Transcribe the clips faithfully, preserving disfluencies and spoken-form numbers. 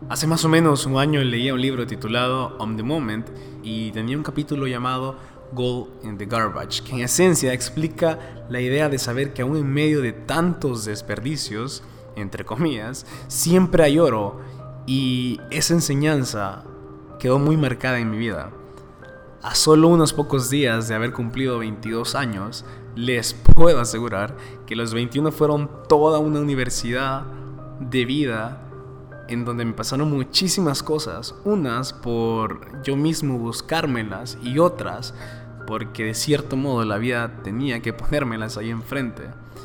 Hace más o menos un año leía un libro titulado On the Moment y tenía un capítulo llamado Gold in the Garbage, que en esencia explica la idea de saber que aún en medio de tantos desperdicios, entre comillas, siempre hay oro, y esa enseñanza quedó muy marcada en mi vida. A solo unos pocos días de haber cumplido veintidós años, les puedo asegurar que los veintiuno fueron toda una universidad de vida en donde me pasaron muchísimas cosas, unas por yo mismo buscármelas y otras porque de cierto modo la vida tenía que ponérmelas ahí enfrente.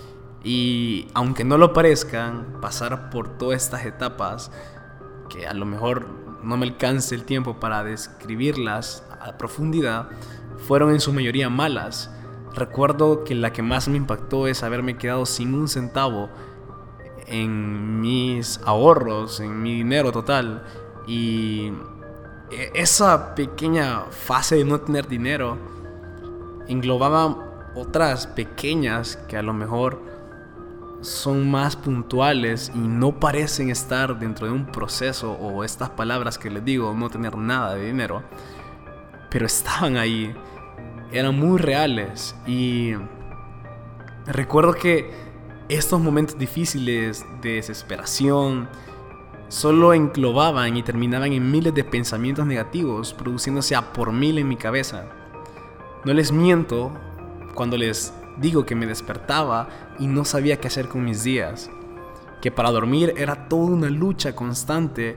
Y aunque no lo parezcan, pasar por todas estas etapas, que a lo mejor no me alcance el tiempo para describirlas a profundidad, fueron en su mayoría malas. Recuerdo que la que más me impactó es haberme quedado sin un centavo en mis ahorros, en mi dinero total. Y esa pequeña fase de no tener dinero englobaba otras pequeñas que a lo mejor son más puntuales y no parecen estar dentro de un proceso, o estas palabras que les digo, no tener nada de dinero, pero estaban ahí, eran muy reales. Y recuerdo que estos momentos difíciles de desesperación solo englobaban y terminaban en miles de pensamientos negativos, produciéndose a por mil en mi cabeza. No les miento cuando les digo que me despertaba y no sabía qué hacer con mis días, que para dormir era toda una lucha constante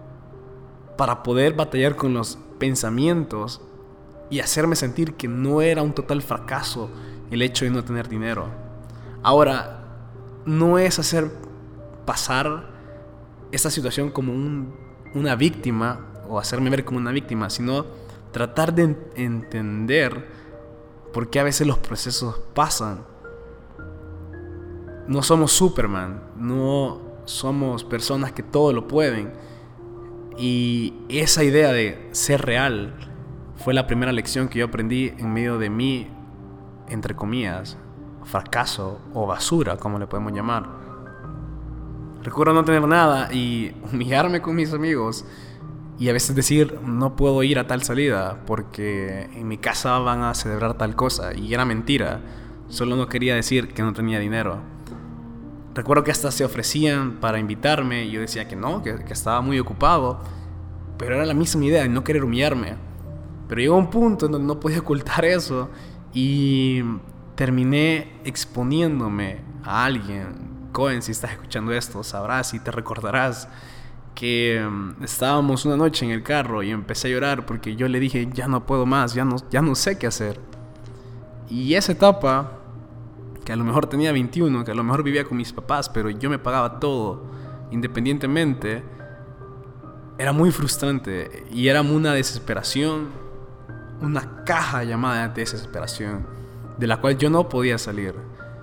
para poder batallar con los pensamientos y hacerme sentir que no era un total fracaso el hecho de no tener dinero. Ahora, no es hacer pasar esta situación como un, una víctima o hacerme ver como una víctima, sino tratar de entender por qué a veces los procesos pasan. No somos Superman, no somos personas que todo lo pueden. Y esa idea de ser real fue la primera lección que yo aprendí en medio de mi, entre comillas, fracaso o basura, como le podemos llamar. Recuerdo no tener nada y humillarme con mis amigos y a veces decir no puedo ir a tal salida porque en mi casa van a celebrar tal cosa, y era mentira, solo no quería decir que no tenía dinero. Recuerdo que hasta se ofrecían para invitarme y yo decía que no, que, que estaba muy ocupado, pero era la misma idea de no querer humillarme. Pero llegó un punto en donde no podía ocultar eso y terminé exponiéndome a alguien. Cohen, si estás escuchando esto, sabrás y te recordarás que um, estábamos una noche en el carro y empecé a llorar porque yo le dije ya no puedo más, ya no, ya no sé qué hacer. Y esa etapa, que a lo mejor tenía veintiuno, que a lo mejor vivía con mis papás, pero yo me pagaba todo independientemente, era muy frustrante y era una desesperación, una caja llamada desesperación, de la cual yo no podía salir.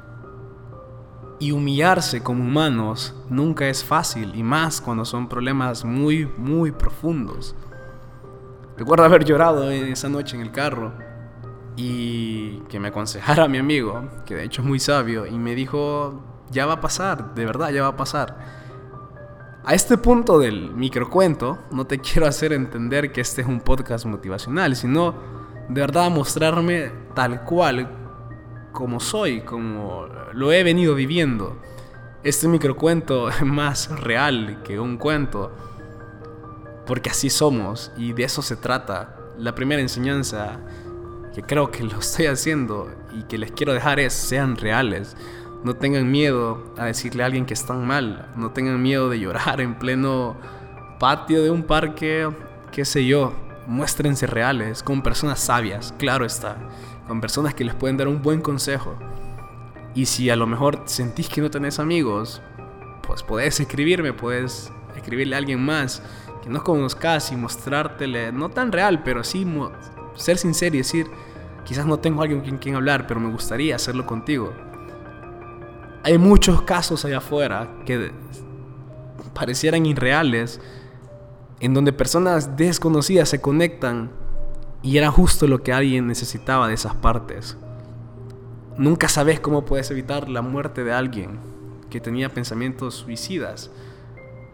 Y humillarse como humanos nunca es fácil, y más cuando son problemas muy, muy profundos. Recuerdo haber llorado en esa noche en el carro y que me aconsejara mi amigo, que de hecho es muy sabio, y me dijo, ya va a pasar, de verdad ya va a pasar. A este punto del microcuento no te quiero hacer entender que este es un podcast motivacional, sino de verdad mostrarme tal cual como soy, como lo he venido viviendo. Este microcuento es más real que un cuento, porque así somos y de eso se trata. La primera enseñanza que creo que lo estoy haciendo y que les quiero dejar es: sean reales. No tengan miedo a decirle a alguien que están mal. No tengan miedo de llorar en pleno patio de un parque, qué sé yo. Muéstrense reales, con personas sabias, claro está, con personas que les pueden dar un buen consejo. Y si a lo mejor sentís que no tenés amigos, pues podés escribirme, podés escribirle a alguien más que no conozcas y mostrártele, no tan real, pero sí mo- ser sincero y decir, quizás no tengo a alguien con quien hablar, pero me gustaría hacerlo contigo. Hay muchos casos allá afuera que parecieran irreales, en donde personas desconocidas se conectan y era justo lo que alguien necesitaba de esas partes. Nunca sabes cómo puedes evitar la muerte de alguien que tenía pensamientos suicidas,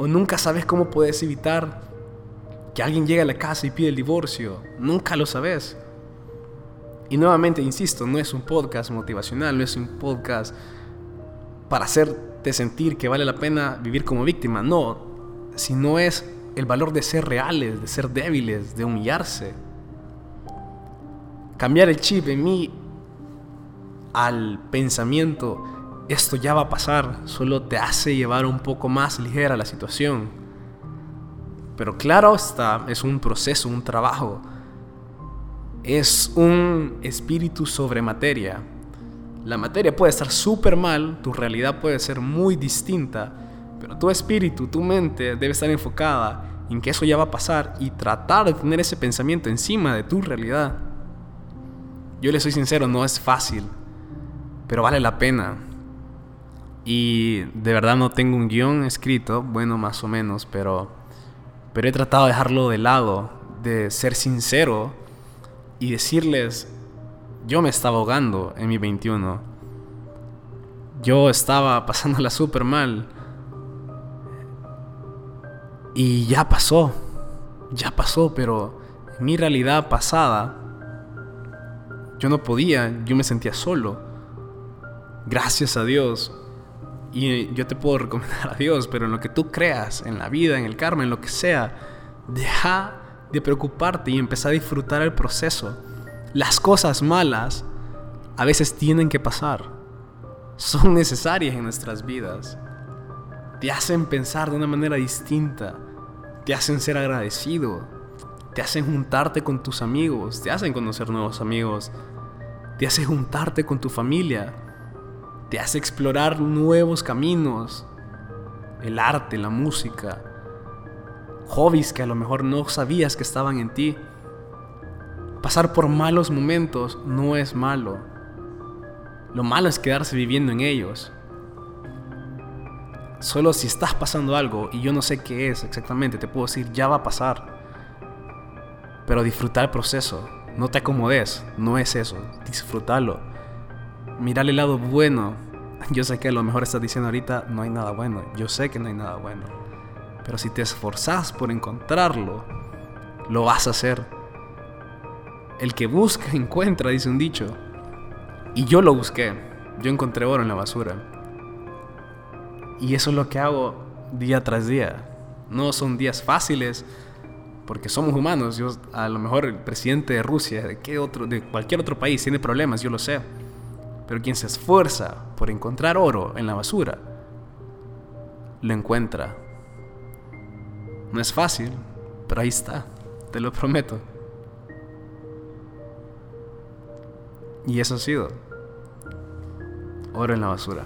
O nunca sabes cómo puedes evitar que alguien llegue a la casa y pide el divorcio. Nunca lo sabes. Y nuevamente, insisto, no es un podcast motivacional, no es un podcast para hacerte sentir que vale la pena vivir como víctima. No, sino es el valor de ser reales, de ser débiles, de humillarse. Cambiar el chip en mí al pensamiento, esto ya va a pasar, solo te hace llevar un poco más ligera la situación. Pero claro está, es un proceso, un trabajo. Es un espíritu sobre materia. La materia puede estar súper mal, tu realidad puede ser muy distinta, pero tu espíritu, tu mente debe estar enfocada en que eso ya va a pasar y tratar de tener ese pensamiento encima de tu realidad. Yo le soy sincero, no es fácil, pero vale la pena. Y de verdad no tengo un guión escrito, bueno, más o menos, pero, pero he tratado de dejarlo de lado, de ser sincero y decirles, yo me estaba ahogando en mi veintiuno. Yo estaba pasándola súper mal. Y ya pasó, ya pasó, pero en mi realidad pasada, yo no podía, yo me sentía solo. Gracias a Dios. Y yo te puedo recomendar a Dios, pero en lo que tú creas, en la vida, en el karma, en lo que sea, deja de preocuparte y empieza a disfrutar el proceso. Las cosas malas a veces tienen que pasar. Son necesarias en nuestras vidas. Te hacen pensar de una manera distinta. Te hacen ser agradecido. Te hacen juntarte con tus amigos. Te hacen conocer nuevos amigos. Te hace juntarte con tu familia. Te hace explorar nuevos caminos. El arte, la música. Hobbies que a lo mejor no sabías que estaban en ti. Pasar por malos momentos no es malo. Lo malo es quedarse viviendo en ellos. Solo si estás pasando algo y yo no sé qué es exactamente, te puedo decir, ya va a pasar. Pero disfrutar el proceso. No te acomodes, no es eso. Disfrútalo. Mirar el lado bueno. Yo sé que a lo mejor estás diciendo ahorita, no hay nada bueno. Yo sé que no hay nada bueno. Pero si te esforzas por encontrarlo, lo vas a hacer. El que busca, encuentra, dice un dicho. Y yo lo busqué. Yo encontré oro en la basura. Y eso es lo que hago día tras día. No son días fáciles, porque somos humanos. Yo, a lo mejor el presidente de Rusia, de, qué otro, de cualquier otro país, tiene problemas, yo lo sé. Pero quien se esfuerza por encontrar oro en la basura, lo encuentra. No es fácil, pero ahí está, te lo prometo. Y eso ha sido oro en la basura.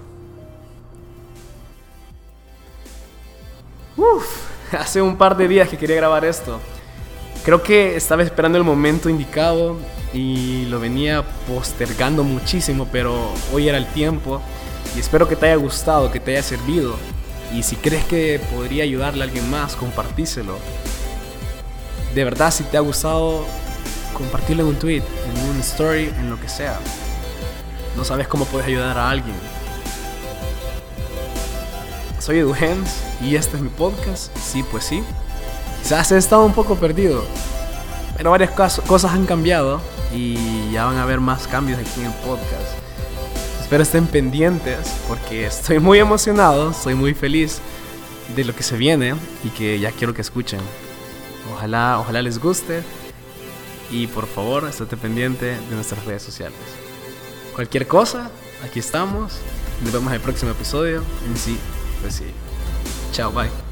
Uf, hace un par de días que quería grabar esto. Creo que estaba esperando el momento indicado y lo venía postergando muchísimo, pero hoy era el tiempo y espero que te haya gustado, que te haya servido. Y si crees que podría ayudarle a alguien más, compartíselo. De verdad, si te ha gustado, compartirlo en un tweet, en un story, en lo que sea. No sabes cómo puedes ayudar a alguien. Soy Edu Hens y este es mi podcast. Sí, pues sí. Quizás he estado un poco perdido, pero varias cos- cosas han cambiado y ya van a haber más cambios aquí en el podcast. Espero estén pendientes porque estoy muy emocionado, estoy muy feliz de lo que se viene y que ya quiero que escuchen. Ojalá, ojalá les guste y por favor estate pendiente de nuestras redes sociales. Cualquier cosa, aquí estamos. Nos vemos en el próximo episodio. En sí, pues sí. Chao, bye.